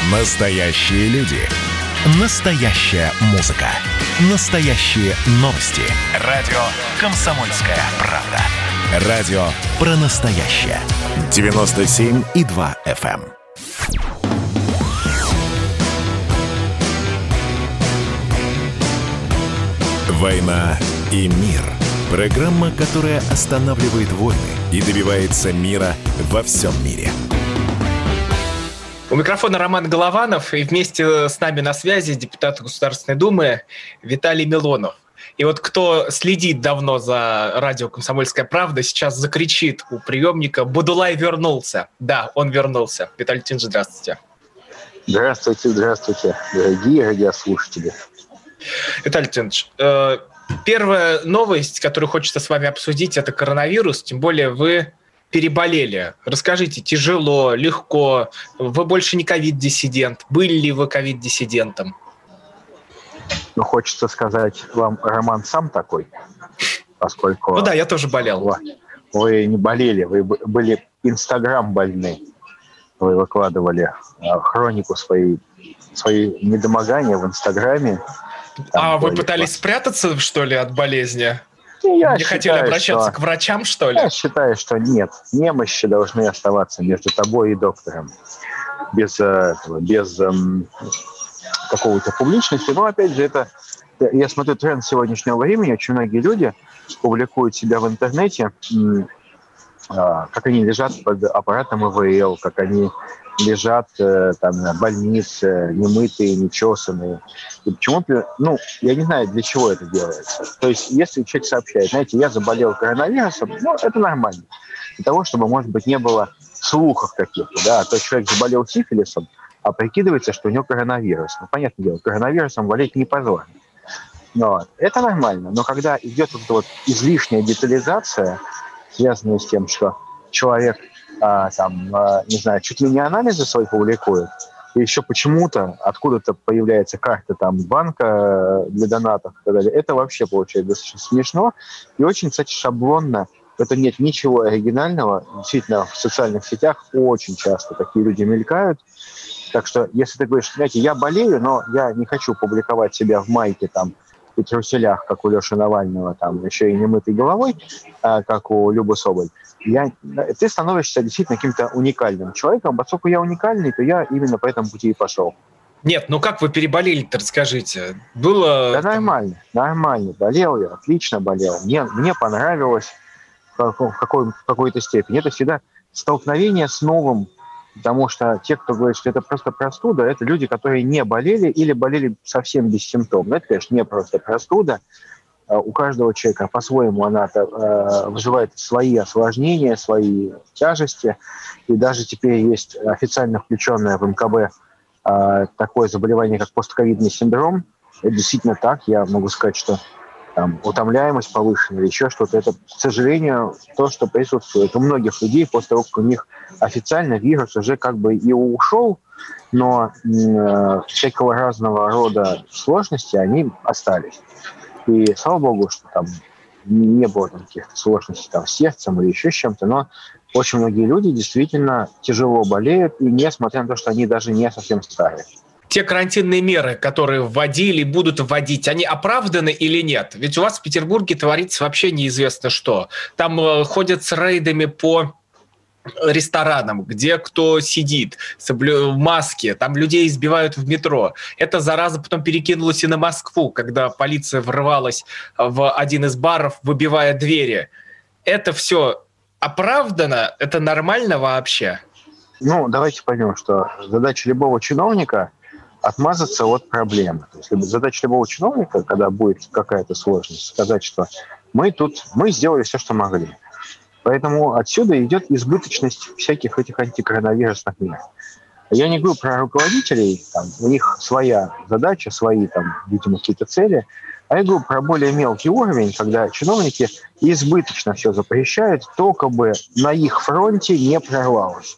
Настоящие люди. Настоящая музыка. Настоящие новости. Радио «Комсомольская правда». Радио про настоящее. 97,2 FM. «Война и мир». Программа, которая останавливает войны и добивается мира во всем мире. У микрофона Роман Голованов, и вместе с нами на связи депутат Государственной Думы Виталий Милонов. И вот кто следит давно за радио «Комсомольская правда», сейчас закричит у приемника: «Будулай вернулся». Да, он вернулся. Виталий Тинович, здравствуйте. Здравствуйте, здравствуйте, дорогие радиослушатели. Виталий Тинович, первая новость, которую хочется с вами обсудить, это коронавирус, тем более вы переболели. Расскажите, тяжело, легко? Вы больше не ковид-диссидент. Были ли вы ковид-диссидентом? Ну, хочется сказать вам, Роман сам такой, поскольку... Ну да, я тоже болел. Вы не болели, вы были Инстаграм больны. Вы выкладывали хронику своей недомогания в Инстаграме. А вы пытались спрятаться, что ли, от болезни? Не хотели обращаться к врачам, что ли? Я считаю, что нет. Немощи должны оставаться между тобой и доктором. Без какого-то публичности. Но, опять же, это... Я смотрю тренд сегодняшнего времени. Очень многие люди публикуют себя в интернете, как они лежат под аппаратом ИВЛ, как они лежат там на больнице, немытые, нечесанные. И почему-то, я не знаю, для чего это делается. То есть, если человек сообщает, знаете, я заболел коронавирусом, это нормально. Для того, чтобы, может быть, не было слухов каких-то, да, а то человек заболел сифилисом, а прикидывается, что у него коронавирус. Понятное дело, коронавирусом болеть не позорно. Это нормально. Но когда идет вот излишняя детализация, связанная с тем, что человек не знаю, чуть ли не анализы свои публикует, и еще почему-то откуда-то появляется карта банка для донатов и так далее. Это вообще получается достаточно смешно и очень, кстати, шаблонно. В этом нет ничего оригинального. Действительно, в социальных сетях очень часто такие люди мелькают. Так что, если ты говоришь, знаете, я болею, но я не хочу публиковать себя в майке и труселях, как у Леши Навального, еще и немытой головой, как у Любы Соболь, ты становишься действительно каким-то уникальным человеком. Поскольку я уникальный, то я именно по этому пути и пошел. Нет, как вы переболели-то, расскажите. Было... Да нормально. Болел я, отлично болел. Мне понравилось в какой-то степени. Это всегда столкновение с новым, потому что те, кто говорит, что это просто простуда, это люди, которые не болели или болели совсем бессимптомно. Это, конечно, не просто простуда. У каждого человека по-своему она вызывает свои осложнения, свои тяжести. И даже теперь есть официально включенное в МКБ такое заболевание, как постковидный синдром. Это действительно так. Я могу сказать, что утомляемость повышенная или еще что-то. Это, к сожалению, то, что присутствует у многих людей после того, как у них официально вирус уже и ушел, но всякого разного рода сложности, они остались. И слава богу, что не было каких-то сложностей с сердцем или еще с чем-то, но очень многие люди действительно тяжело болеют, и несмотря на то, что они даже не совсем старые. Те карантинные меры, которые вводили и будут вводить, они оправданы или нет? Ведь у вас в Петербурге творится вообще неизвестно что. Там ходят с рейдами по ресторанам, где кто сидит в маске, там людей избивают в метро. Эта зараза потом перекинулась и на Москву, когда полиция врывалась в один из баров, выбивая двери. Это все оправдано? Это нормально вообще? Давайте поймем, что задача любого чиновника отмазаться от проблемы. То есть задача любого чиновника, когда будет какая-то сложность, сказать, что мы сделали все, что могли. Поэтому отсюда идет избыточность всяких этих антикоронавирусных мер. Я не говорю про руководителей, у них своя задача, свои видимо, какие-то цели, а я говорю про более мелкий уровень, когда чиновники избыточно все запрещают, только бы на их фронте не прорвалось.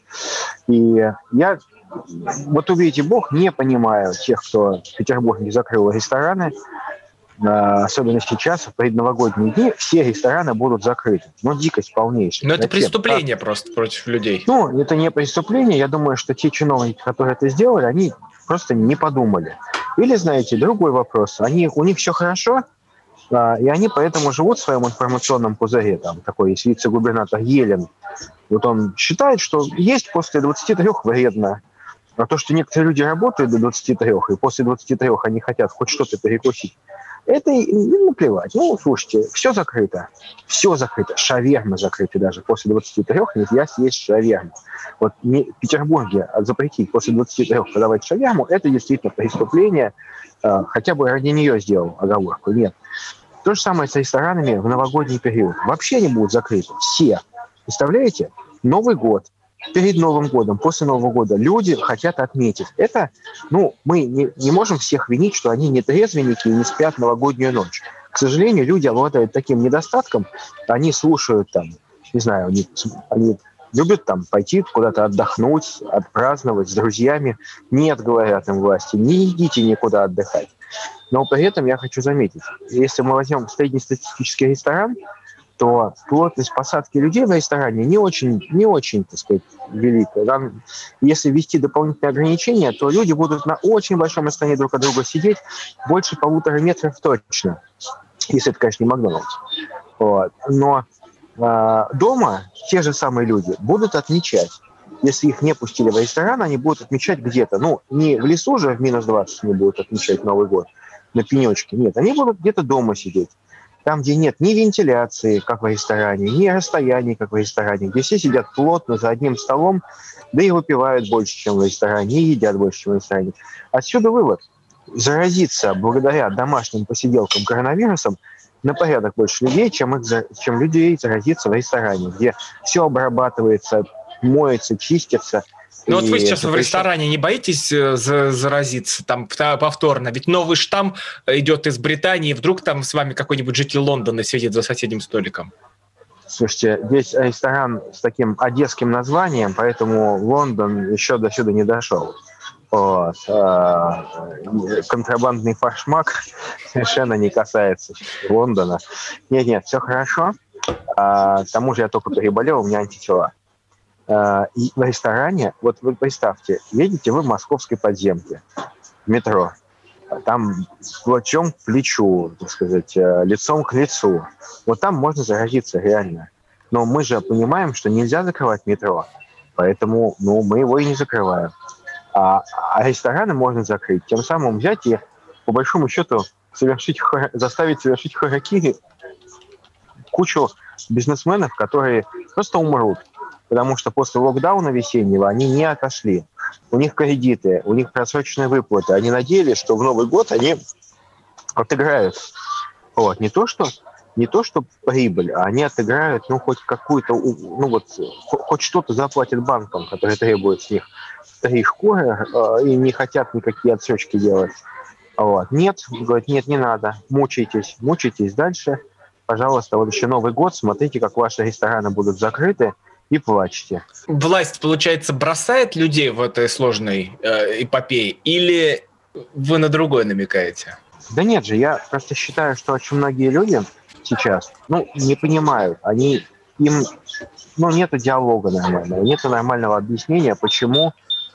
И я, увидите Бог, не понимаю тех, кто в Петербурге закрыл рестораны. особенно сейчас, в предновогодние дни, все рестораны будут закрыты. Ну, дикость полнейшая. Но это преступление просто против людей. Ну, это не преступление. Я думаю, что те чиновники, которые это сделали, они просто не подумали. Или, знаете, другой вопрос. У них все хорошо, и они поэтому живут в своем информационном пузыре. Там такой есть вице-губернатор Елен. Вот он считает, что есть после 23 вредно. А то, что некоторые люди работают до 23, и после 23 они хотят хоть что-то перекусить, это им наплевать. Ну, слушайте, все закрыто. Все закрыто. Шавермы закрыты даже. После 23 нельзя съесть шаверму. Вот в Петербурге запретить после 23 подавать шаверму, это действительно преступление. Хотя бы ради нее сделал оговорку. Нет. То же самое с ресторанами в новогодний период. Вообще они будут закрыты. Все. Представляете? Новый год. Перед Новым годом, после Нового года люди хотят отметить. Это, мы не можем всех винить, что они не трезвенники и не спят новогоднюю ночь. К сожалению, люди обладают таким недостатком, они слушают там, не знаю, они любят там пойти куда-то отдохнуть, отпраздновать с друзьями. Нет, говорят им власти, не идите никуда отдыхать. Но при этом я хочу заметить, если мы возьмем среднестатистический ресторан, то плотность посадки людей в ресторане не очень, так сказать, великая. Там, если ввести дополнительные ограничения, то люди будут на очень большом расстоянии друг от друга сидеть, больше 1,5 метра точно, если это, конечно, не Макдональдс. Вот. Но дома те же самые люди будут отмечать. Если их не пустили в ресторан, они будут отмечать где-то. Не в лесу же в минус 20 не будут отмечать Новый год на пенечке. Нет, они будут где-то дома сидеть. Там, где нет ни вентиляции, как в ресторане, ни расстояний, как в ресторане, где все сидят плотно за одним столом, да и выпивают больше, чем в ресторане, и едят больше, чем в ресторане. Отсюда вывод. Заразиться благодаря домашним посиделкам коронавирусом на порядок больше людей, чем людей заразиться в ресторане, где все обрабатывается, моется, чистится. Ну вот вы сейчас в ресторане не боитесь заразиться там повторно? Ведь новый штамм идет из Британии, вдруг там с вами какой-нибудь житель Лондона сидит за соседним столиком. Слушайте, здесь ресторан с таким одесским названием, поэтому Лондон еще до сюда не дошел. Вот. Контрабандный фаршмак совершенно не касается Лондона. Нет, все хорошо. К тому же я только переболел, у меня антитела. И в ресторане, вот вы представьте, едете вы в московской подземке, в метро, там плечом к плечу, так сказать, лицом к лицу. Вот там можно заразиться реально. Но мы же понимаем, что нельзя закрывать метро, поэтому мы его и не закрываем. А рестораны можно закрыть, тем самым взять и, по большому счету, заставить совершить харакири кучу бизнесменов, которые просто умрут. Потому что после локдауна весеннего они не отошли. У них кредиты, у них просроченные выплаты. Они надеялись, что в Новый год они отыграют. Вот. Не то, что прибыль, а они отыграют, хоть какую-то, хоть что-то заплатят банкам, которые требуют с них 3 шкуры и не хотят никакие отсрочки делать. Вот. Нет, говорят, нет, не надо. Мучайтесь дальше. Пожалуйста, вот еще Новый год, смотрите, как ваши рестораны будут закрыты, и плачьте. Власть, получается, бросает людей в этой сложной эпопее, или вы на другое намекаете? Да нет же, я просто считаю, что очень многие люди сейчас, не понимают, им нету диалога нормального, нету нормального объяснения, почему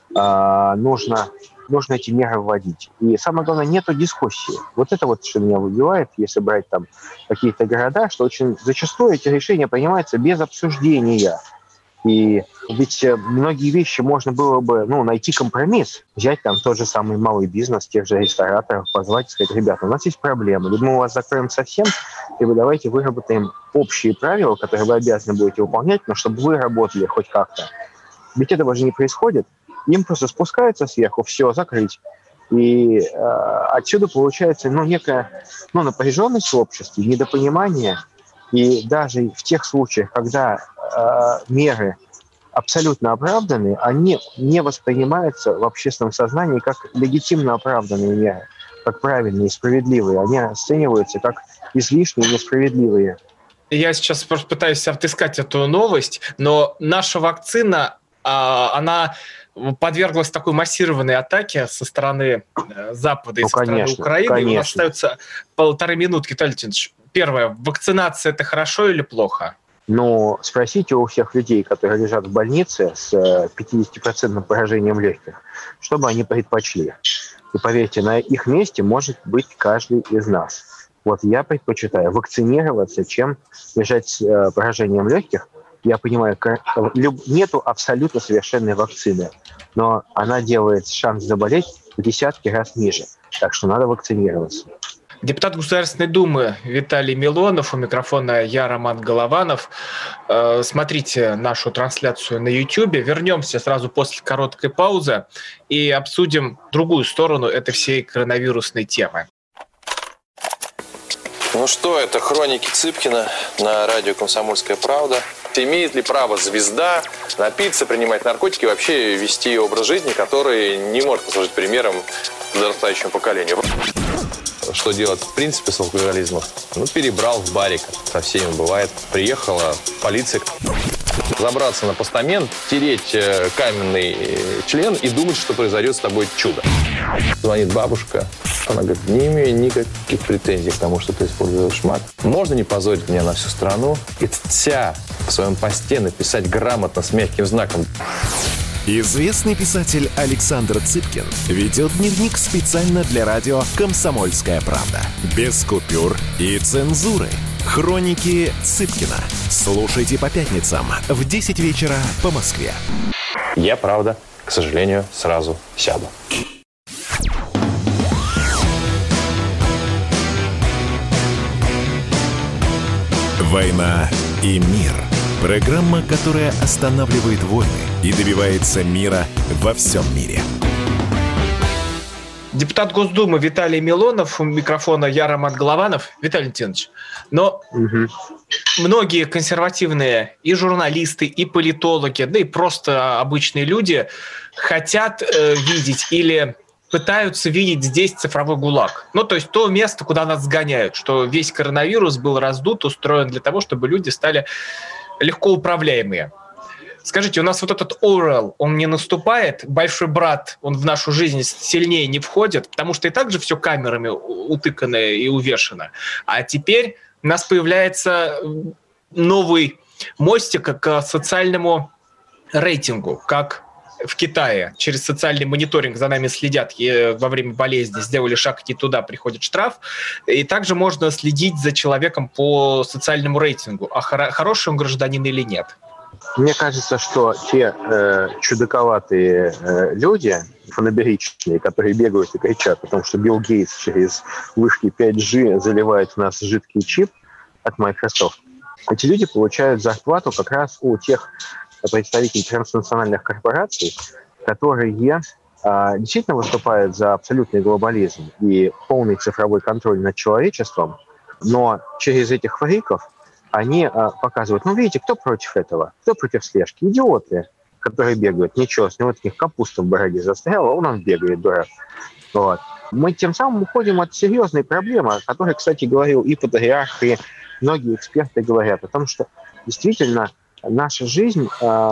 нужно эти меры вводить. И самое главное, нету дискуссии. Вот это вот, что меня выбивает, если брать там какие-то города, что очень зачастую эти решения принимаются без обсуждения. И ведь многие вещи можно было бы найти компромисс, взять там тот же самый малый бизнес, тех же рестораторов, позвать и сказать: ребята, у нас есть проблемы, либо мы вас закроем совсем, либо давайте выработаем общие правила, которые вы обязаны будете выполнять, но чтобы вы работали хоть как-то. Ведь этого же не происходит. Им просто спускаются сверху, все, закрыть. И отсюда получается некая напряженность в обществе, недопонимание. И даже в тех случаях, когда меры абсолютно оправданы, они не воспринимаются в общественном сознании как легитимно оправданные меры, как правильные и справедливые. Они расцениваются как излишние и несправедливые. Я сейчас просто пытаюсь отыскать эту новость, но наша вакцина, она подверглась такой массированной атаке со стороны Запада и со стороны Украины. Конечно. У нас остается 1,5 минутки. Виталий Леонидович, первое, вакцинация – это хорошо или плохо? Но спросите у всех людей, которые лежат в больнице с 50% поражением легких, что бы они предпочли. И поверьте, на их месте может быть каждый из нас. Вот я предпочитаю вакцинироваться, чем лежать с поражением легких. Я понимаю, нету абсолютно совершенной вакцины, но она делает шанс заболеть в десятки раз ниже. Так что надо вакцинироваться. Депутат Государственной Думы Виталий Милонов, у микрофона я, Роман Голованов. Смотрите нашу трансляцию на YouTube. Вернемся сразу после короткой паузы и обсудим другую сторону этой всей коронавирусной темы. Ну что, это хроники Цыпкина на радио «Комсомольская правда». Имеет ли право звезда напиться, принимать наркотики и вообще вести образ жизни, который не может послужить примером подрастающему поколению? Что делать в принципе с алкоголизмом? Перебрал в барик. Со всеми бывает. Приехала полиция. Забраться на постамент, тереть каменный член и думать, что произойдет с тобой чудо. Звонит бабушка. Она говорит, не имею никаких претензий к тому, что ты используешь мат. Можно не позорить меня на всю страну и вся в своем посте написать грамотно с мягким знаком. Известный писатель Александр Цыпкин ведет дневник специально для радио «Комсомольская правда». Без купюр и цензуры. Хроники Цыпкина. Слушайте по пятницам в 10 вечера по Москве. Я, правда, к сожалению, сразу сяду. «Война и мир». Программа, которая останавливает войны и добивается мира во всем мире. Депутат Госдумы Виталий Милонов, у микрофона я, Роман Голованов. Виталий Леонидович, но многие консервативные и журналисты, и политологи, да и просто обычные люди хотят видеть или пытаются видеть здесь цифровой ГУЛАГ. То есть то место, куда нас сгоняют, что весь коронавирус был раздут, устроен для того, чтобы люди стали легко управляемые. Скажите, у нас вот этот Орвелл, он не наступает? Большой брат, он в нашу жизнь сильнее не входит? Потому что и так же все камерами утыкано и увешано. А теперь у нас появляется новый мостик к социальному рейтингу, как в Китае. Через социальный мониторинг за нами следят во время болезни. Сделали шаг не туда, приходит штраф. И также можно следить за человеком по социальному рейтингу. А хороший он гражданин или нет? Мне кажется, что те чудаковатые люди, фоноберичные, которые бегают и кричат, потому что Билл Гейтс через вышки 5G заливает в нас жидкий чип от Microsoft, эти люди получают зарплату как раз у тех представителей транснациональных корпораций, которые действительно выступают за абсолютный глобализм и полный цифровой контроль над человечеством, но через этих фриков они показывают, видите, кто против этого, кто против слежки? Идиоты, которые бегают. Ничего, с него от них капуста в бороде застряла, он бегает, дурак. Вот. Мы тем самым уходим от серьезной проблемы, о которой, кстати, говорил и патриарх, и многие эксперты говорят, о том, что действительно наша жизнь,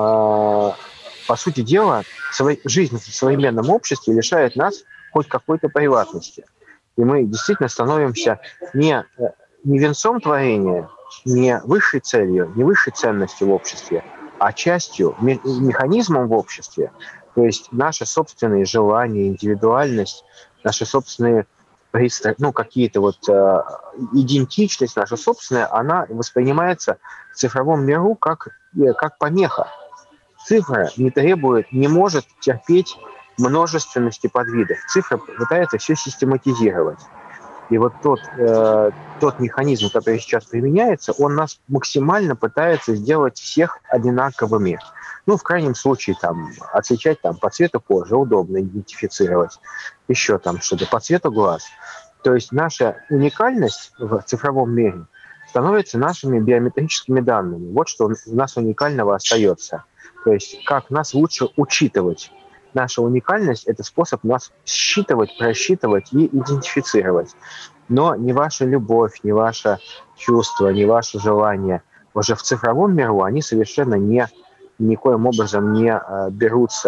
по сути дела, жизнь в современном обществе лишает нас хоть какой-то приватности. И мы действительно становимся не венцом творения, не высшей целью, не высшей ценностью в обществе, а частью, механизмом в обществе. То есть наши собственные желания, индивидуальность, наши собственные какие-то идентичность наша собственная, она воспринимается в цифровом миру как помеха. Цифра не может терпеть множественности подвидов. Цифра пытается все систематизировать. И вот тот механизм, который сейчас применяется, он нас максимально пытается сделать всех одинаковыми. В крайнем случае, отличать по цвету кожи, удобно идентифицировать, еще что-то, по цвету глаз. То есть наша уникальность в цифровом мире становится нашими биометрическими данными. Вот что у нас уникального остается. То есть как нас лучше учитывать. Наша уникальность – это способ нас считывать, просчитывать и идентифицировать. Но ни ваша любовь, ни ваше чувство, ни ваше желание уже в цифровом миру, они совершенно никоим образом не берутся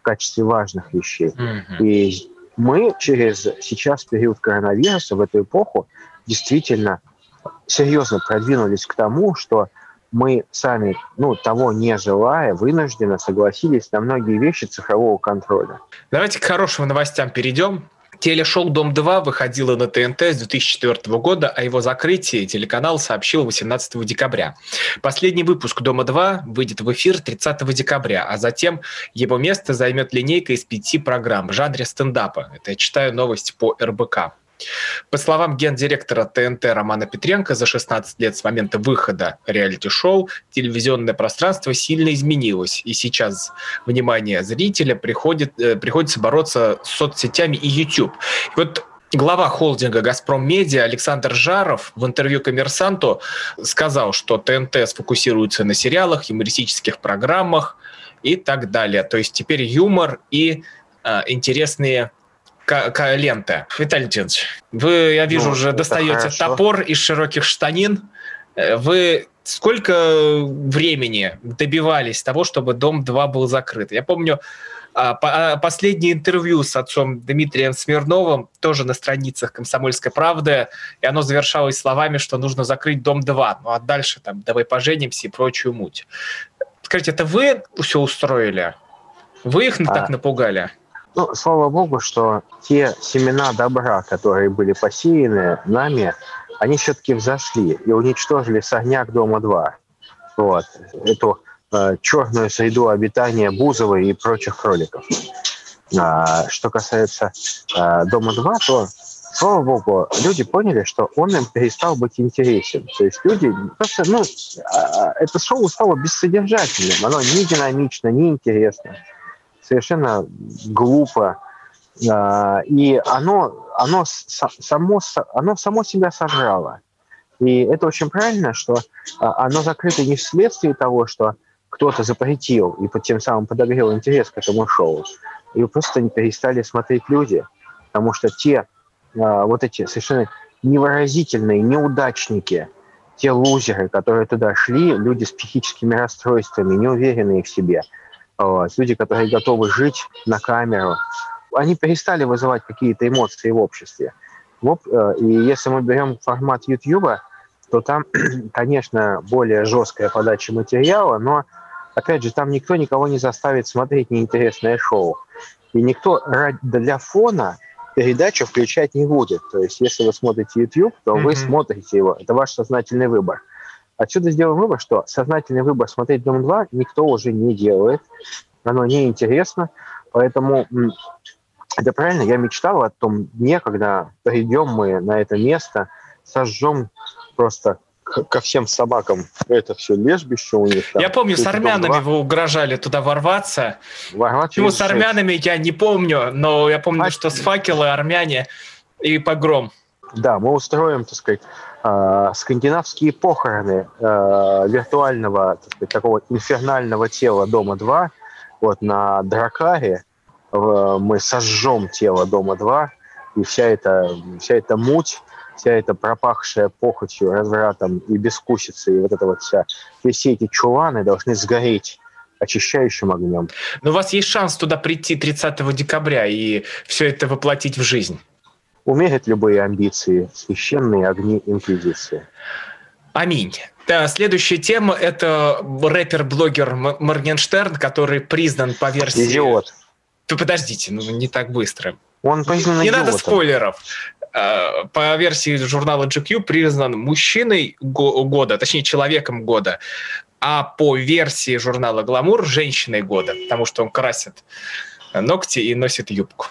в качестве важных вещей. И мы сейчас, в период коронавируса, в эту эпоху, действительно серьезно продвинулись к тому, что мы сами, того не желая, вынужденно согласились на многие вещи цифрового контроля. Давайте к хорошим новостям перейдем. Телешоу «Дом-2» выходило на ТНТ с 2004 года, о его закрытии телеканал сообщил 18 декабря. Последний выпуск «Дома-2» выйдет в эфир 30 декабря, а затем его место займет линейка из 5 программ в жанре стендапа. Это я читаю новости по РБК. По словам гендиректора ТНТ Романа Петренко, за 16 лет с момента выхода реалити-шоу телевизионное пространство сильно изменилось. И сейчас, внимание зрителя, приходится бороться с соцсетями и YouTube. И вот глава холдинга «Газпром Медиа» Александр Жаров в интервью «Коммерсанту» сказал, что ТНТ сфокусируется на сериалах, юмористических программах и так далее. То есть теперь юмор и интересные ленты. Виталий Леонидович, вы, я вижу, уже достаете топор из широких штанин. Вы сколько времени добивались того, чтобы «Дом-2» был закрыт? Я помню последнее интервью с отцом Дмитрием Смирновым, тоже на страницах «Комсомольской правды», и оно завершалось словами, что нужно закрыть «Дом-2», а дальше «давай поженимся» и прочую муть. Скажите, это вы все устроили? Вы их так напугали? Слава богу, что те семена добра, которые были посеяны нами, они все-таки взошли и уничтожили сорняк «Дома-2». Вот. Эту черную среду обитания Бузовой и прочих кроликов. Что касается «Дома-2», то, слава богу, люди поняли, что он им перестал быть интересен. То есть люди просто, это шоу стало бессодержательным. Оно не динамично, не интересно. Совершенно глупо. И оно само себя сожрало. И это очень правильно, что оно закрыто не вследствие того, что кто-то запретил и тем самым подогрел интерес к этому шоу. И просто не перестали смотреть люди. Потому что те эти совершенно невыразительные неудачники, те лузеры, которые туда шли, люди с психическими расстройствами, неуверенные в себе, люди, которые готовы жить на камеру, они перестали вызывать какие-то эмоции в обществе. И если мы берем формат YouTube, то там, конечно, более жесткая подача материала, но, опять же, там никто никого не заставит смотреть неинтересное шоу. И никто для фона передачу включать не будет. То есть, если вы смотрите YouTube, то вы смотрите его. Это ваш сознательный выбор. Отсюда сделаем выбор, что сознательный выбор смотреть «Дом-2» никто уже не делает. Оно неинтересно. Поэтому это правильно. Я мечтал о том дне, когда придем мы на это место, сожжем просто ко всем собакам это все лежбище у них. Я помню, с армянами вы угрожали туда ворваться. Почему с армянами, я не помню, но я помню, что с факелы, армяне и погром. Да, мы устроим, так сказать, скандинавские похороны виртуального, так сказать, такого инфернального тела «Дома-2». Вот на Дракаре мы сожжем тело «Дома-2», и вся эта муть, вся эта пропахшая похотью, развратом и бескусицей, и все эти чуланы должны сгореть очищающим огнем. Но у вас есть шанс туда прийти 30 декабря и все это воплотить в жизнь? Умерят любые амбиции священные огни инквизиции. Аминь. Да, следующая тема – это рэпер-блогер Моргенштерн, который признан по версии... Идиот. Подождите, не так быстро. Он признан идиотом. Не надо спойлеров. По версии журнала GQ признан мужчиной года, точнее, человеком года, а по версии журнала «Гламур» – женщиной года, потому что он красит ногти и носит юбку.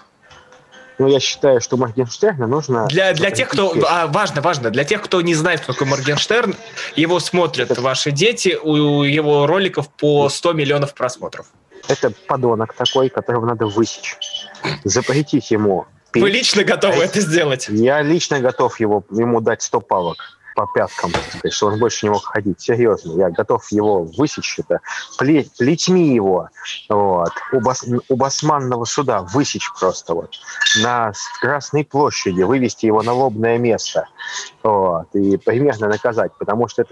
Я считаю, что Моргенштерна нужно... Для тех, кто... Важно. Для тех, кто не знает, кто такой Моргенштерн, его смотрят ваши дети, у его роликов по 100 миллионов просмотров. Это подонок такой, которого надо высечь. Запретить ему петь. Вы лично готовы это сделать? Я лично готов ему дать 100 палок. по пяткам, так сказать, что он больше не мог ходить. Серьезно, я готов его высечь, это плетьми его вот, у Басманного суда высечь просто вот, на Красной площади, вывести его на лобное место вот, и примерно наказать, потому что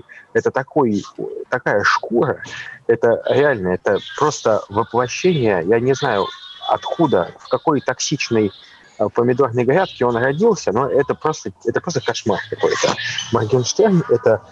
такая шкура, это реально, это просто воплощение, я не знаю, откуда, в какой токсичной помидорной грядке он родился, но это просто кошмар какой-то. Моргенштерн это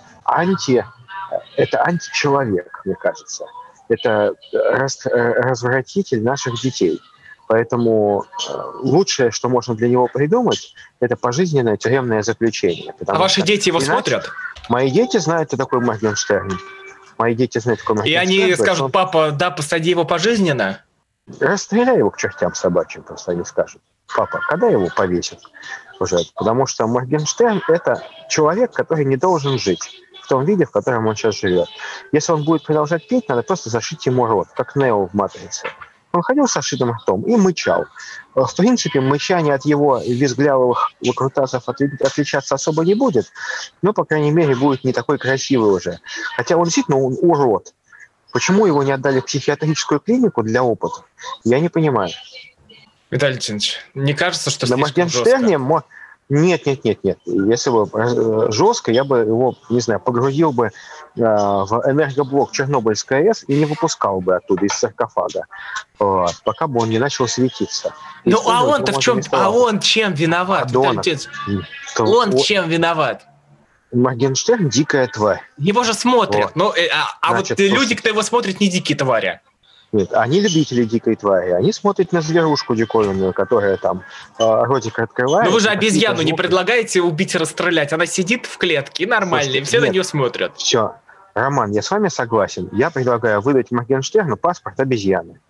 античеловек, мне кажется. Это развратитель наших детей. Поэтому лучшее, что можно для него придумать, это пожизненное тюремное заключение. А ваши дети его смотрят? Мои дети знают, кто такой Моргенштерн. Мои дети знают, кто Моргенштерн. И они скажут: папа, да, посади его пожизненно? Расстреляй его к чертям собачьим, просто они скажут. Папа, когда его повесят уже? Потому что Моргенштерн – это человек, который не должен жить в том виде, в котором он сейчас живет. Если он будет продолжать петь, надо просто зашить ему рот, как Нео в «Матрице». Он ходил с зашитым ртом и мычал. В принципе, мычание от его визглявых выкрутасов отличаться особо не будет, но, по крайней мере, будет не такой красивый уже. Хотя он действительно урод. Почему его не отдали в психиатрическую клинику для опыта, я не понимаю. Виталий Леонидович, не кажется, что на слишком жестко? Нет. Если бы жестко, я бы его, не знаю, погрузил бы в энергоблок Чернобыльской АЭС и не выпускал бы оттуда из саркофага, пока бы он не начал светиться. Ну, а он-то в чем? А он чем виноват? Он чем виноват? Моргенштерн – дикая тварь. Его же смотрят. Вот. Значит, вот люди, кто его смотрит, не дикие твари. Нет, они любители дикой твари. Они смотрят на зверушку диковинную, которая там ротик открывает. Но вы же обезьяну не предлагаете убить и расстрелять. Она сидит в клетке, нормально, и все на нее смотрят. Все. Роман, я с вами согласен. Я предлагаю выдать Моргенштерну паспорт обезьяны.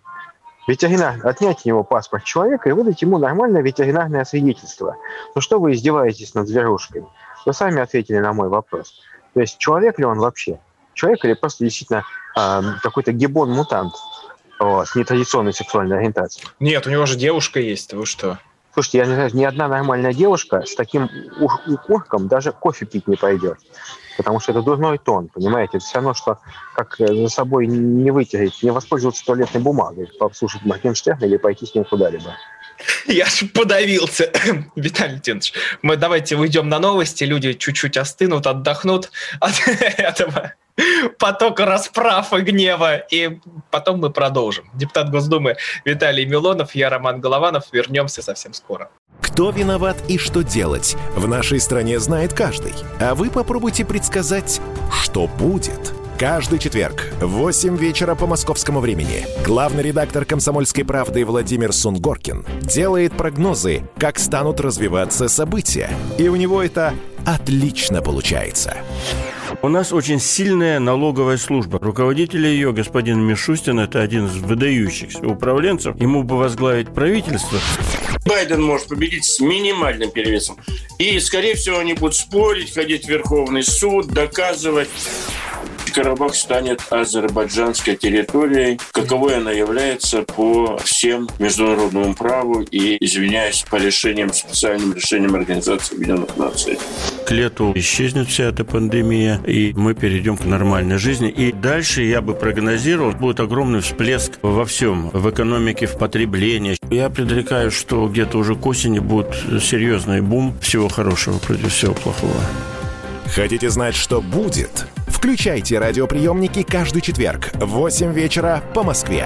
Отнять у него паспорт человека и выдать ему нормальное ветеринарное свидетельство. Ну что вы издеваетесь над зверушкой? Вы сами ответили на мой вопрос. То есть человек ли он вообще? Человек или просто действительно какой-то гиббон-мутант с нетрадиционной сексуальной ориентацией? Нет, у него же девушка есть, вы что? Слушайте, я не знаю, ни одна нормальная девушка с таким укорком даже кофе пить не пойдет. Потому что это дурной тон, понимаете? Это все равно, что как за собой не вытереть, не воспользоваться туалетной бумагой, послушать Моргенштерна или пойти с ним куда-либо. Я же подавился. Виталий Леонидович, мы давайте уйдем на новости, люди чуть-чуть остынут, отдохнут от этого потока расправ и гнева, и потом мы продолжим. Депутат Госдумы Виталий Милонов, я Роман Голованов. Вернемся совсем скоро. Кто виноват и что делать, в нашей стране знает каждый. А вы попробуйте предсказать, что будет. Каждый четверг в 8 вечера по московскому времени главный редактор «Комсомольской правды» Владимир Сунгоркин делает прогнозы, как станут развиваться события. И у него это отлично получается. У нас очень сильная налоговая служба. Руководитель ее, господин Мишустин, это один из выдающихся управленцев. Ему бы возглавить правительство. Байден может победить с минимальным перевесом. И, скорее всего, они будут спорить, ходить в Верховный суд, доказывать. Карабах станет азербайджанской территорией, каковой она является по всем международному праву и, извиняюсь, по специальным решениям Организации Объединенных Наций. К лету исчезнет вся эта пандемия, и мы перейдем к нормальной жизни. И дальше, я бы прогнозировал, будет огромный всплеск во всем, в экономике, в потреблении. Я предрекаю, что где-то уже к осени будет серьезный бум всего хорошего против всего плохого. Хотите знать, что будет? Включайте радиоприемники каждый четверг в 8 вечера по Москве.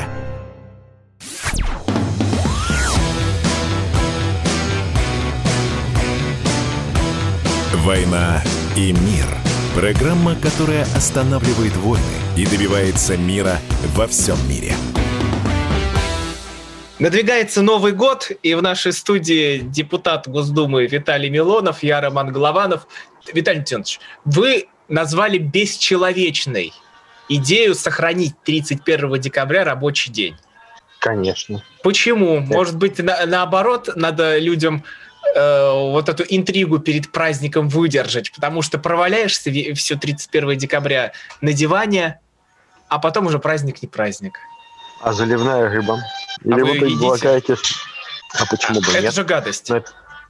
«Война и мир» – программа, которая останавливает войны и добивается мира во всем мире. Надвигается Новый год, и в нашей студии депутат Госдумы Виталий Милонов, я Роман Голованов. Виталий Леонидович, вы назвали бесчеловечной идею сохранить 31 декабря рабочий день. Конечно. Почему? Может быть, наоборот, надо людям вот эту интригу перед праздником выдержать, потому что проваляешься все 31 декабря на диване, а потом уже праздник не праздник. А заливная рыба? Или вы предполагаете... А почему бы нет? Это же гадость.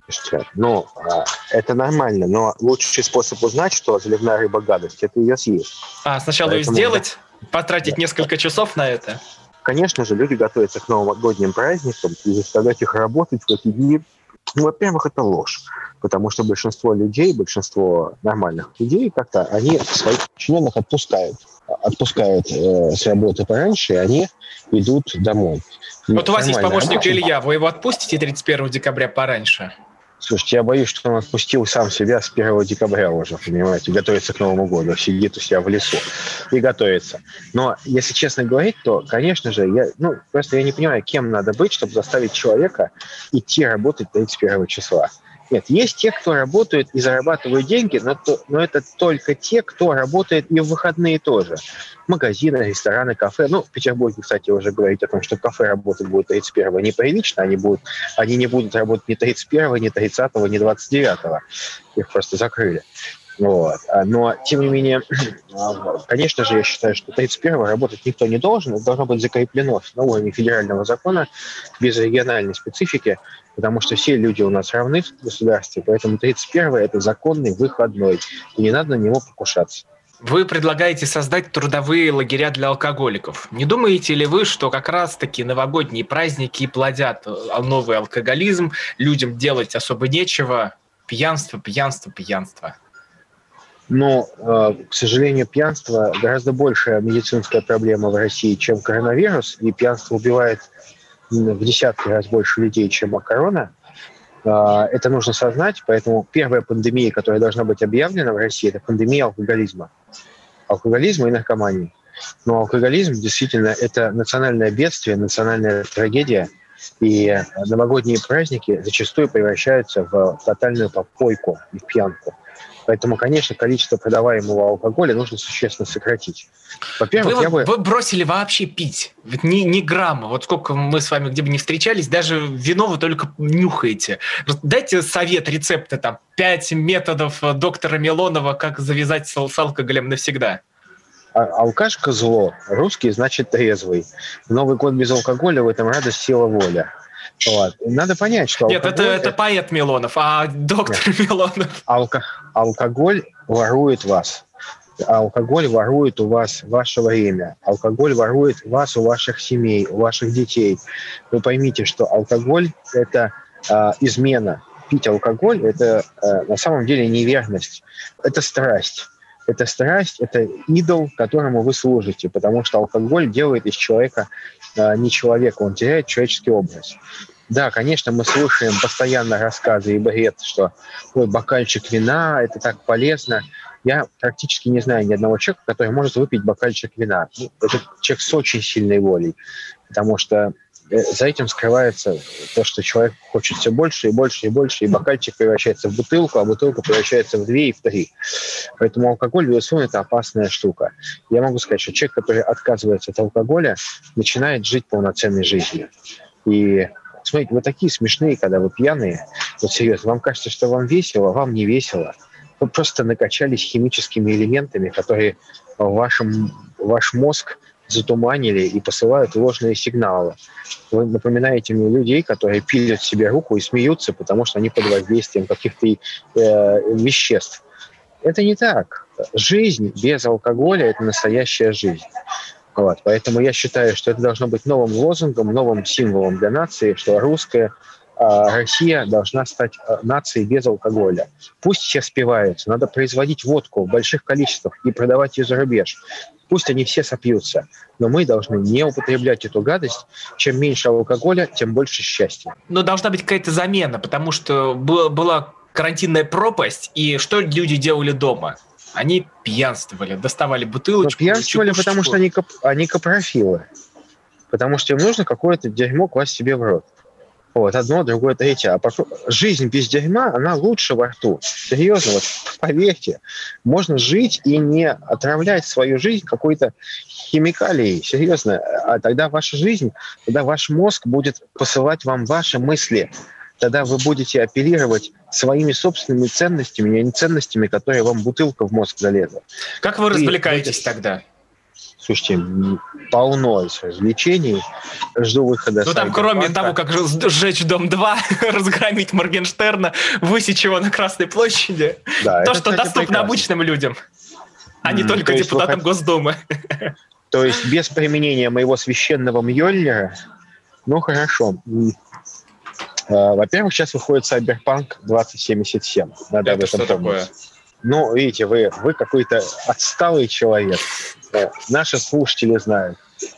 Ну, это нормально, но лучший способ узнать, что заливная рыба гадость, это ее съесть. Сначала поэтому, ее сделать, потратить несколько часов на это? Конечно же, люди готовятся к новогодним праздникам, и заставлять их работать в эти дни, ну, во-первых, это ложь, потому что большинство людей, большинство нормальных людей как-то, они своих подчиненных отпускают с работы пораньше, и они идут домой. Вот у вас есть помощник Илья, вы его отпустите 31 декабря пораньше? Слушайте, я боюсь, что он отпустил сам себя с 1 декабря уже, понимаете, готовится к Новому году, сидит у себя в лесу и готовится. Но, если честно говорить, то, конечно же, я не понимаю, кем надо быть, чтобы заставить человека идти работать 31 числа. Нет, есть те, кто работают и зарабатывают деньги, но это только те, кто работает и в выходные тоже. Магазины, рестораны, кафе. В Петербурге, кстати, уже говорить о том, что кафе работать будет 31-го неприлично. Они не будут работать ни 31-го, ни 30-го, ни 29-го. Их просто закрыли. Вот. Но, тем не менее, конечно же, я считаю, что 31-го работать никто не должен. Это должно быть закреплено на уровне федерального закона, без региональной специфики, потому что все люди у нас равны в государстве, поэтому 31-го – это законный выходной, и не надо на него покушаться. Вы предлагаете создать трудовые лагеря для алкоголиков. Не думаете ли вы, что как раз-таки новогодние праздники плодят новый алкоголизм, людям делать особо нечего, пьянство? Но, к сожалению, пьянство гораздо большая медицинская проблема в России, чем коронавирус, и пьянство убивает в десятки раз больше людей, чем корона. Это нужно сознать, поэтому первая пандемия, которая должна быть объявлена в России, это пандемия алкоголизма. Алкоголизма и наркомании. Но алкоголизм действительно это национальное бедствие, национальная трагедия, и новогодние праздники зачастую превращаются в тотальную попойку и в пьянку. Поэтому, конечно, количество продаваемого алкоголя нужно существенно сократить. Во-первых, вы бросили вообще пить. Ведь ни грамма. Вот сколько мы с вами где бы ни встречались, даже вино вы только нюхаете. Дайте совет, рецепты, 5 методов доктора Милонова, как завязать с алкоголем навсегда. Алкашка зло. Русский значит трезвый. Новый год без алкоголя, в этом радость, сила, воля. Вот. Надо понять, что алкоголь... Нет, это поэт Милонов, а доктор Милонов... Алкоголь ворует вас. Алкоголь ворует у вас ваше время. Алкоголь ворует вас у ваших семей, у ваших детей. Вы поймите, что алкоголь – это измена. Пить алкоголь – это на самом деле неверность. Это страсть. Это страсть, это идол, которому вы служите, потому что алкоголь делает из человека не человека, он теряет человеческий образ. Да, конечно, мы слушаем постоянно рассказы и бред, что бокальчик вина, это так полезно. Я практически не знаю ни одного человека, который может выпить бокальчик вина. Это человек с очень сильной волей, потому что за этим скрывается то, что человек хочет все больше и больше и больше, и бокальчик превращается в бутылку, а бутылка превращается в 2 и в 3. Поэтому алкоголь, безусловно, это опасная штука. Я могу сказать, что человек, который отказывается от алкоголя, начинает жить полноценной жизнью. И смотрите, вы такие смешные, когда вы пьяные. Вот серьезно, вам кажется, что вам весело, вам не весело. Вы просто накачались химическими элементами, которые ваш мозг затуманили и посылают ложные сигналы. Вы напоминаете мне людей, которые пилят себе руку и смеются, потому что они под воздействием каких-то веществ. Это не так. Жизнь без алкоголя – это настоящая жизнь. Вот. Поэтому я считаю, что это должно быть новым лозунгом, новым символом для нации, что Россия должна стать нацией без алкоголя. Пусть все спиваются, надо производить водку в больших количествах и продавать ее за рубеж. Пусть они все сопьются, но мы должны не употреблять эту гадость. Чем меньше алкоголя, тем больше счастья. Но должна быть какая-то замена, потому что была карантинная пропасть, и что люди делали дома? Они пьянствовали, доставали бутылочку. Но пьянствовали, потому что они капрофилы. Потому что им нужно какое-то дерьмо класть себе в рот. Вот, одно, другое, третье. Жизнь без дерьма, она лучше во рту. Серьезно, вот поверьте. Можно жить и не отравлять свою жизнь какой-то химикалией. Серьезно. А тогда ваша жизнь, тогда ваш мозг будет посылать вам ваши мысли. Тогда вы будете оперировать своими собственными ценностями, а не ценностями, которые вам бутылка в мозг залезла. Как вы развлекаетесь тогда? Слушайте, полно развлечений. Жду выхода. Ну там, кроме того, как сжечь Дом 2, разгромить Моргенштерна, высечь его на Красной площади, да, то, что доступно прекрасно обычным людям, а не только депутатам Госдумы. То есть без применения моего священного Мьёльнира, ну хорошо. Во-первых, сейчас выходит Cyberpunk 2077. Надо об этом помнить. Ну, видите, вы какой-то отсталый человек. Наши слушатели знают.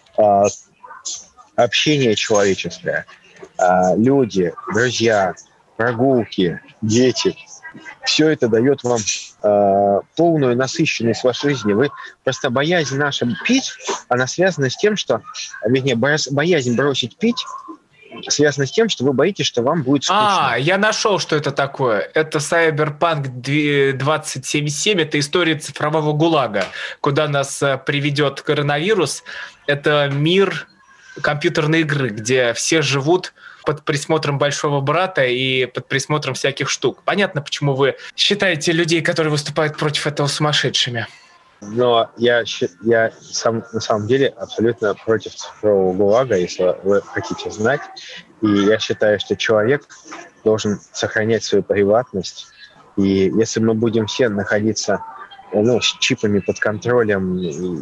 Общение человеческое. Люди, друзья, прогулки, дети. Все это дает вам полную насыщенность вашей жизни. Вы просто боязнь наша пить, она связана с тем, что... Вернее, боязнь бросить пить связано с тем, что вы боитесь, что вам будет скучно. Я нашел, что это такое. Это Cyberpunk 2077. Это история цифрового ГУЛАГа, куда нас приведет коронавирус. Это мир компьютерной игры, где все живут под присмотром большого брата и под присмотром всяких штук. Понятно, почему вы считаете людей, которые выступают против этого, сумасшедшими. Но я на самом деле абсолютно против цифрового ГУЛАГа, если вы хотите знать. И я считаю, что человек должен сохранять свою приватность. И если мы будем все находиться с чипами под контролем,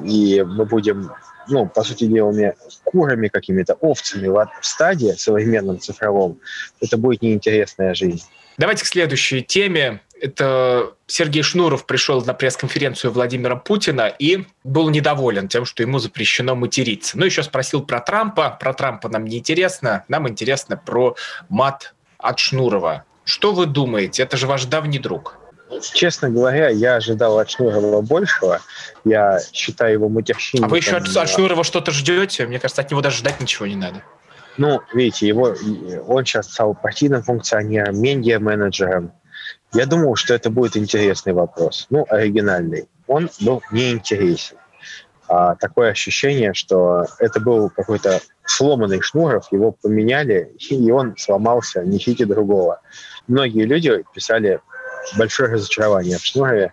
и мы будем, по сути дела, курами какими-то, овцами в стаде современном цифровом, это будет неинтересная жизнь. Давайте к следующей теме. Это Сергей Шнуров пришел на пресс-конференцию Владимира Путина и был недоволен тем, что ему запрещено материться. Ну, еще спросил про Трампа. Про Трампа нам не интересно. Нам интересно про мат от Шнурова. Что вы думаете? Это же ваш давний друг. Честно говоря, я ожидал от Шнурова большего. Я считаю его матерщинником. А вы еще от Шнурова что-то ждете? Мне кажется, от него даже ждать ничего не надо. Видите, он сейчас стал партийным функционером, медиа-менеджером. Я думал, что это будет интересный вопрос. Оригинальный. Он был неинтересен. Такое ощущение, что это был какой-то сломанный Шнуров, его поменяли, и он сломался, не ищите другого. Многие люди писали большое разочарование в Шнурове,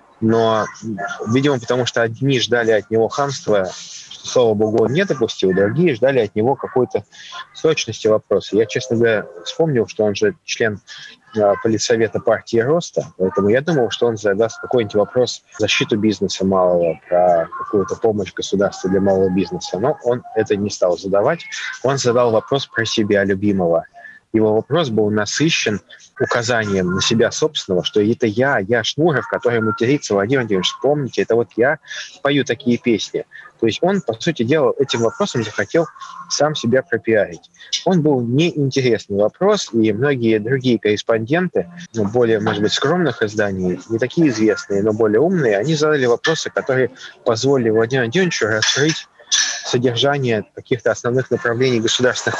но, видимо, потому что одни ждали от него хамства, что, слава богу, он не допустил, другие ждали от него какой-то срочности вопроса. Я, честно говоря, вспомнил, что он же член политсовета партии Роста, поэтому я думал, что он задаст какой-нибудь вопрос в защиту бизнеса малого, про какую-то помощь государства для малого бизнеса, но он это не стал задавать. Он задал вопрос про себя любимого. Его вопрос был насыщен указанием на себя собственного, что это я Шнуров, который матерится, Владимир Владимирович, вспомните, это вот я пою такие песни. То есть он, по сути дела, этим вопросом захотел сам себя пропиарить. Он был неинтересный вопрос, и многие другие корреспонденты, более, может быть, скромных изданий, не такие известные, но более умные, они задали вопросы, которые позволили Владимиру Владимировичу раскрыть содержание каких-то основных направлений государственной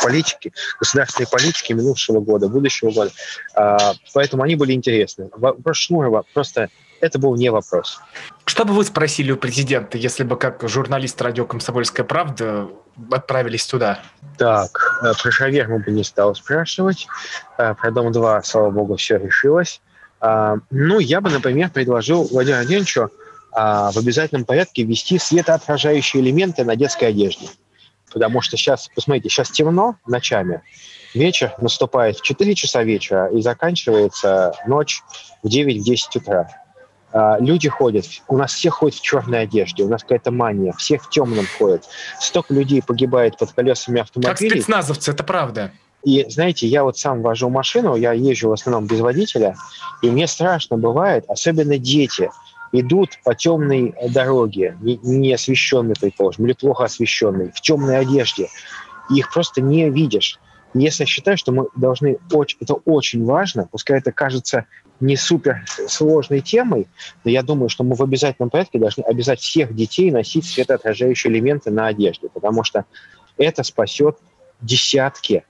политики минувшего года, будущего года. Поэтому они были интересны. Вопрос Шнурова просто это был не вопрос. Что бы вы спросили у президента, если бы как журналист радио «Комсомольская правда» отправились туда? Так, про шаверму бы не стал спрашивать. Про Дом-2, слава богу, все решилось. Я бы, например, предложил Владимиру Владимировичу в обязательном порядке ввести светоотражающие элементы на детской одежде. Потому что сейчас, посмотрите, сейчас темно ночами, вечер наступает в 4 часа вечера и заканчивается ночь в 9-10 утра. Люди ходят, у нас все ходят в черной одежде, у нас какая-то мания, все в темном ходят. Столько людей погибает под колесами автомобилей. Как спецназовцы, это правда. И, знаете, я вот сам вожу машину, я езжу в основном без водителя, и мне страшно бывает, особенно дети, идут по темной дороге, не освещенной, предположим, или плохо освещенной, в темной одежде. И их просто не видишь. И если я считаю, что мы должны... Это очень важно, пускай это кажется не супер сложной темой, но я думаю, что мы в обязательном порядке должны обязать всех детей носить светоотражающие элементы на одежде, потому что это спасет десятки,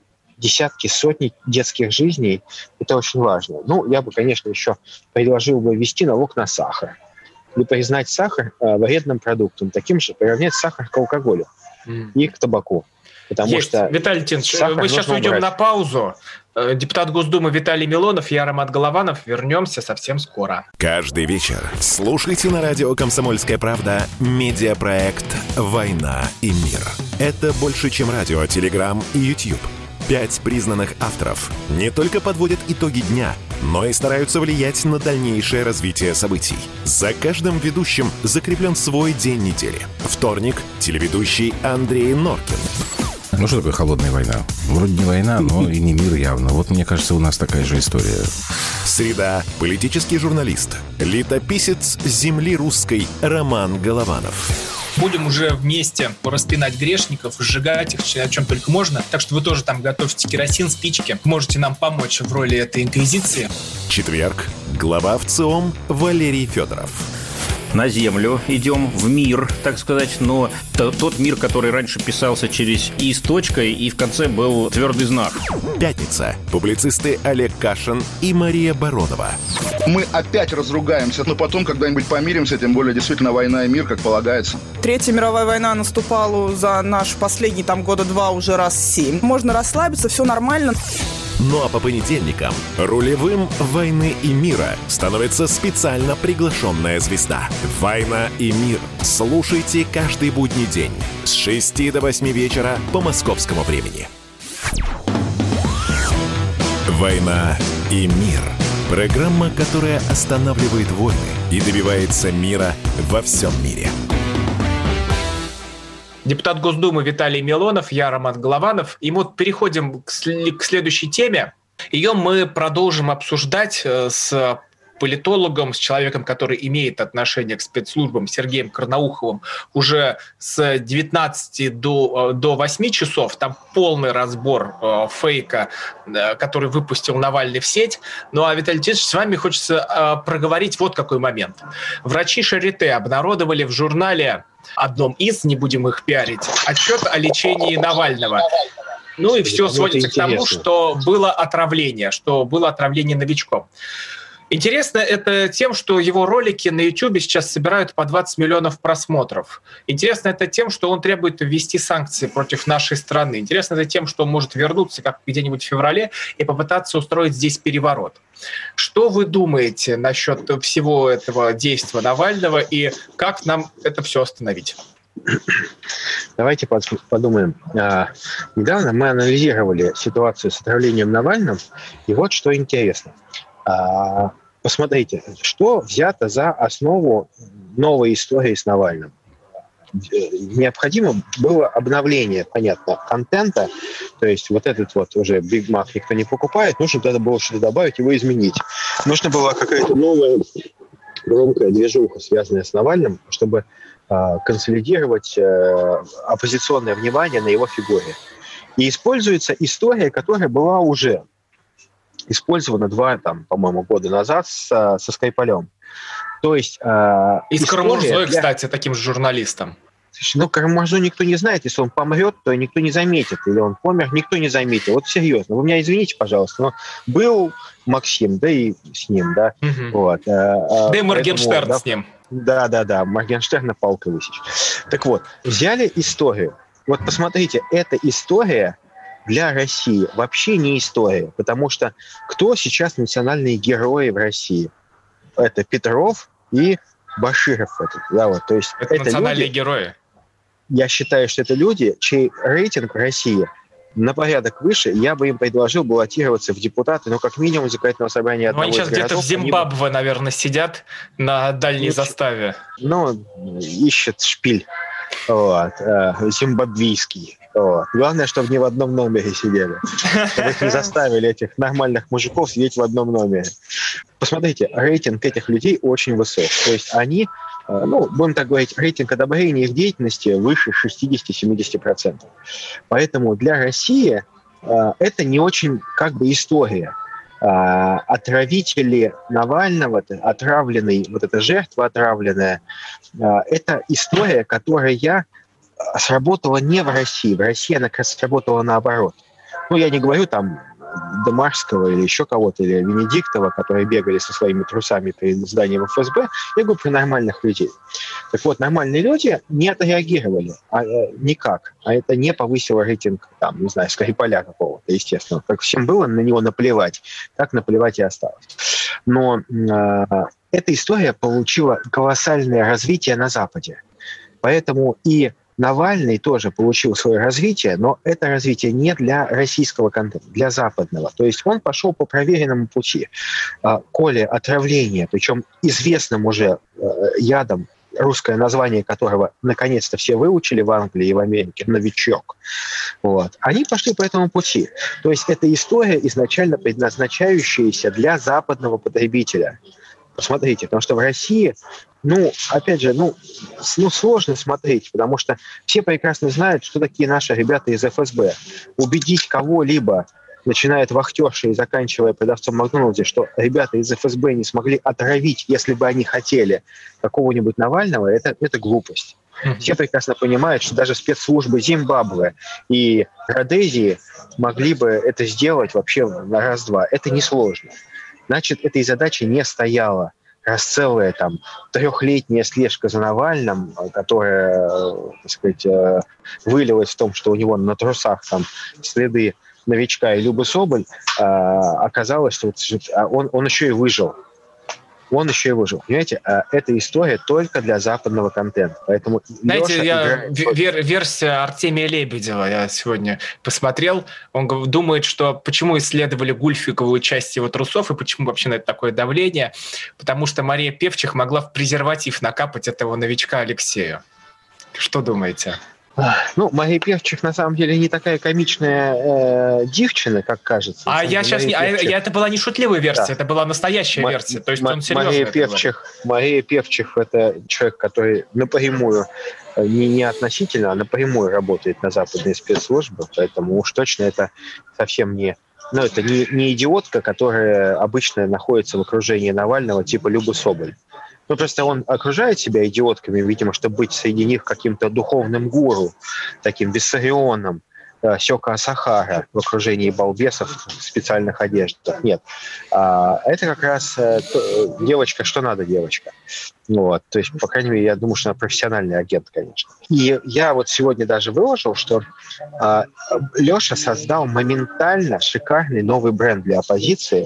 сотни детских жизней. Это очень важно. Я бы, конечно, еще предложил бы ввести налог на сахар. И признать сахар вредным продуктом, таким же приравнять сахар к алкоголю и к табаку. Потому что Виталий Леонидович, мы сейчас уйдем на паузу. Депутат Госдумы Виталий Милонов, я Роман Голованов. Вернемся совсем скоро. Каждый вечер слушайте на радио «Комсомольская правда» медиапроект «Война и мир». Это больше, чем радио, телеграм и YouTube. 5 признанных авторов не только подводят итоги дня, но и стараются влиять на дальнейшее развитие событий. За каждым ведущим закреплен свой день недели. Вторник – телеведущий Андрей Норкин. Ну, что такое холодная война? Вроде не война, но и не мир явно. Вот, мне кажется, у нас такая же история. Среда. Политический журналист, летописец земли русской Роман Голованов. Будем уже вместе распинать грешников, сжигать их, о чем только можно. Так что вы тоже там готовьте керосин, спички. Можете нам помочь в роли этой инквизиции. Четверг. Глава ВЦИОМ Валерий Федоров. На землю идем, в мир, так сказать, но тот мир, который раньше писался через «и» с точкой, и в конце был твердый знак. Пятница. Публицисты Олег Кашин и Мария Баронова. Мы опять разругаемся, но потом когда-нибудь помиримся, тем более действительно война и мир, как полагается. Третья мировая война наступала за наш последний года 2 уже раз 7. Можно расслабиться, все нормально. Ну а по понедельникам рулевым «Войны и мира» становится специально приглашенная звезда. «Война и мир». Слушайте каждый будний день с 6 до 8 вечера по московскому времени. «Война и мир». Программа, которая останавливает войны и добивается мира во всем мире. Депутат Госдумы Виталий Милонов, я Роман Голованов. И мы переходим к следующей теме. Ее мы продолжим обсуждать с политологом, с человеком, который имеет отношение к спецслужбам, Сергеем Карнауховым, уже с 19 до 8 часов. Там полный разбор фейка, который выпустил Навальный в сеть. Ну а, Виталий Леонидович, с вами хочется проговорить вот какой момент. Врачи Шарите обнародовали в журнале одном из, не будем их пиарить, отчет о лечении Навального. Ну и все сводится к тому, что было отравление новичком. Интересно это тем, что его ролики на YouTube сейчас собирают по 20 миллионов просмотров. Интересно это тем, что он требует ввести санкции против нашей страны. Интересно это тем, что он может вернуться как где-нибудь в феврале и попытаться устроить здесь переворот. Что вы думаете насчет всего этого действия Навального и как нам это все остановить? Давайте подумаем. Недавно мы анализировали ситуацию с отравлением Навальным, и вот что интересно. Посмотрите, что взято за основу новой истории с Навальным. Необходимо было обновление, понятно, контента, то есть вот этот вот уже Big Mac никто не покупает, нужно тогда было что-то добавить, его изменить. Нужна была какая-то новая громкая движуха, связанная с Навальным, чтобы консолидировать оппозиционное внимание на его фигуре. И используется история, которая была уже использована 2, по-моему, года назад со Скрипалем. То есть... И с Карамурзой, кстати, таким же журналистом. Ну, Карамурзу никто не знает. Если он помрет, то никто не заметит. Или он помер, никто не заметит. Вот серьезно. Вы меня извините, пожалуйста, но был Максим, да и с ним, да. Угу. Вот. Да и Моргенштерн да, с ним. Да. Моргенштерна палка высечь. Так вот, взяли историю. Вот посмотрите, эта история для России вообще не история, потому что кто сейчас национальные герои в России? Это Петров и Баширов. То есть это национальные люди, герои. Я считаю, что это люди, чей рейтинг в России на порядок выше. Я бы им предложил баллотироваться в депутаты, как минимум законодательного собрания одного из городов. Они сейчас где-то в Зимбабве, наверное, сидят на дальней заставе. Ищет шпиль. Зимбабвийский. Главное, чтобы не в одном номере сидели. Чтобы их не заставили, этих нормальных мужиков, сидеть в одном номере. Посмотрите, рейтинг этих людей очень высок. То есть они, будем так говорить, рейтинг одобрения их деятельности выше 60-70%. Поэтому для России это не очень история. Отравители Навального, отравленный, вот эта жертва отравленная, это история, которая сработала не в России. В России она как раз сработала наоборот. Я не говорю Домарского или еще кого-то, или Венедиктова, которые бегали со своими трусами перед зданием ФСБ, я говорю про нормальных людей. Так вот, нормальные люди не отреагировали никак, а это не повысило рейтинг, там, не знаю, Скрипаля какого-то, естественно. Как всем было на него наплевать, так наплевать и осталось. Но эта история получила колоссальное развитие на Западе. Поэтому и Навальный тоже получил свое развитие, но это развитие не для российского контента, для западного. То есть он пошел по проверенному пути. Коли отравление, причем известным уже ядом, русское название которого наконец-то все выучили в Англии и в Америке, «Новичок». Вот. Они пошли по этому пути. То есть это история, изначально предназначающаяся для западного потребителя. Посмотрите, потому что в России, опять же, сложно смотреть, потому что все прекрасно знают, что такие наши ребята из ФСБ. Убедить кого-либо, начиная от вахтерши и заканчивая продавцом Макдональдса, что ребята из ФСБ не смогли отравить, если бы они хотели, какого-нибудь Навального, это глупость. Все прекрасно понимают, что даже спецслужбы Зимбабве и Родезии могли бы это сделать вообще на раз-два. Это несложно. Значит, этой задачи не стояла. Раз целая там 3-летняя слежка за Навальным, которая, так сказать, вылилась в том, что у него на трусах там следы новичка и Любы Соболь, оказалось, что он еще и выжил. Он еще и выжил. Понимаете, эта история только для западного контента. Поэтому знаете, версия Артемия Лебедева я сегодня посмотрел. Он думает, что почему исследовали гульфиковую часть его трусов и почему вообще на это такое давление. Потому что Мария Певчих могла в презерватив накапать этого новичка Алексею. Что думаете? Мария Певчих на самом деле не такая комичная девчина, как кажется. Это была не шутливая версия, это была настоящая версия. То есть он серьезно Мария Певчих – это человек, который напрямую, не относительно, а напрямую работает на западные спецслужбы, поэтому уж точно это совсем не... это не идиотка, которая обычно находится в окружении Навального, типа Любы Соболь. Просто он окружает себя идиотками, видимо, чтобы быть среди них каким-то духовным гуру, таким Виссарионом, Сёка Асахара в окружении балбесов в специальных одеждах. Нет. Это как раз девочка, что надо девочка. Вот. То есть, по крайней мере, я думаю, что она профессиональный агент, конечно. И я вот сегодня даже выложил, что Леша создал моментально шикарный новый бренд для оппозиции.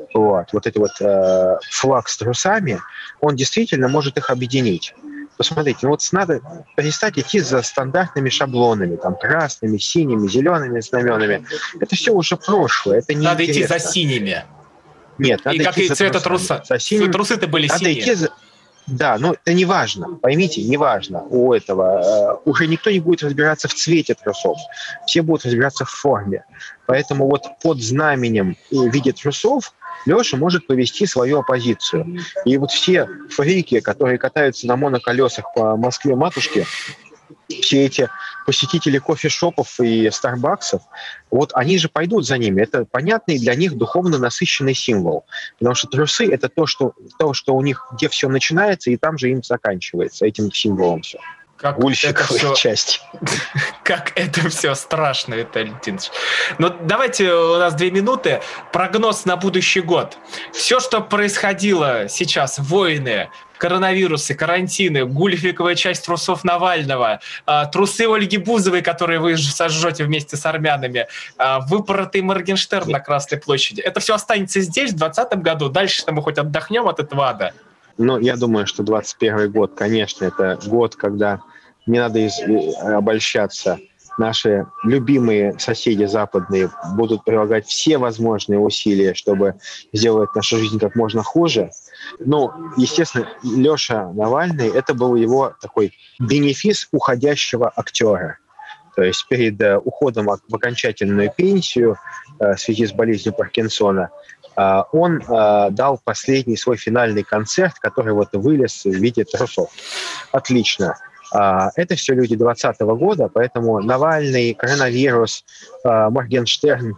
Вот этот флаг с трусами, он действительно может их объединить. Посмотрите, надо перестать идти за стандартными шаблонами, там, красными, синими, зелеными знаменами. Это все уже прошлое, это не надо интересно. Идти за синими. Нет, надо идти за трусами. И какие цвета труса? Трусы-то были синие. Да, но это не важно, поймите, не важно у этого. Уже никто не будет разбираться в цвете трусов, все будут разбираться в форме. Поэтому вот под знаменем в виде трусов Леша может повести свою оппозицию. И вот все фрики, которые катаются на моноколесах по Москве-матушке, все эти посетители кофешопов и старбаксов, вот они же пойдут за ними. Это понятный для них духовно насыщенный символ. Потому что трусы – это то, что у них, где все начинается, и там же им заканчивается, этим символом все. Гульфиковая часть. Как это все страшно, Виталий Леонидович. Давайте, у нас 2 минуты. Прогноз на будущий год. Все, что происходило сейчас, войны, коронавирусы, карантины, гульфиковая часть трусов Навального, трусы Ольги Бузовой, которые вы сожжете вместе с армянами, выпоротый Моргенштерн на Красной площади. Это все останется здесь в 2020 году. Дальше мы хоть отдохнем от этого ада. Я думаю, что 2021 год, конечно, это год, когда не надо обольщаться. Наши любимые соседи западные будут прилагать все возможные усилия, чтобы сделать нашу жизнь как можно хуже. Естественно, Леша Навальный – это был его такой бенефис уходящего актера. То есть перед уходом в окончательную пенсию в связи с болезнью Паркинсона он дал последний свой финальный концерт, который вылез в виде трусов. Отлично. Это все люди 2020 года, поэтому Навальный, коронавирус, Моргенштерн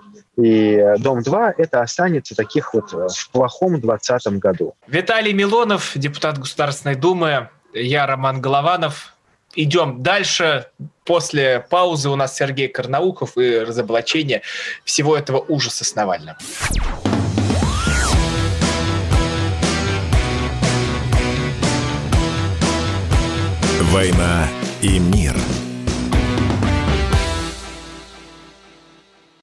и Дом-2 это останется таких в плохом 2020 году. Виталий Милонов, депутат Государственной Думы, я Роман Голованов. идем дальше. После паузы у нас Сергей Карнаухов и разоблачение всего этого ужаса с Навальным. «Война и мир».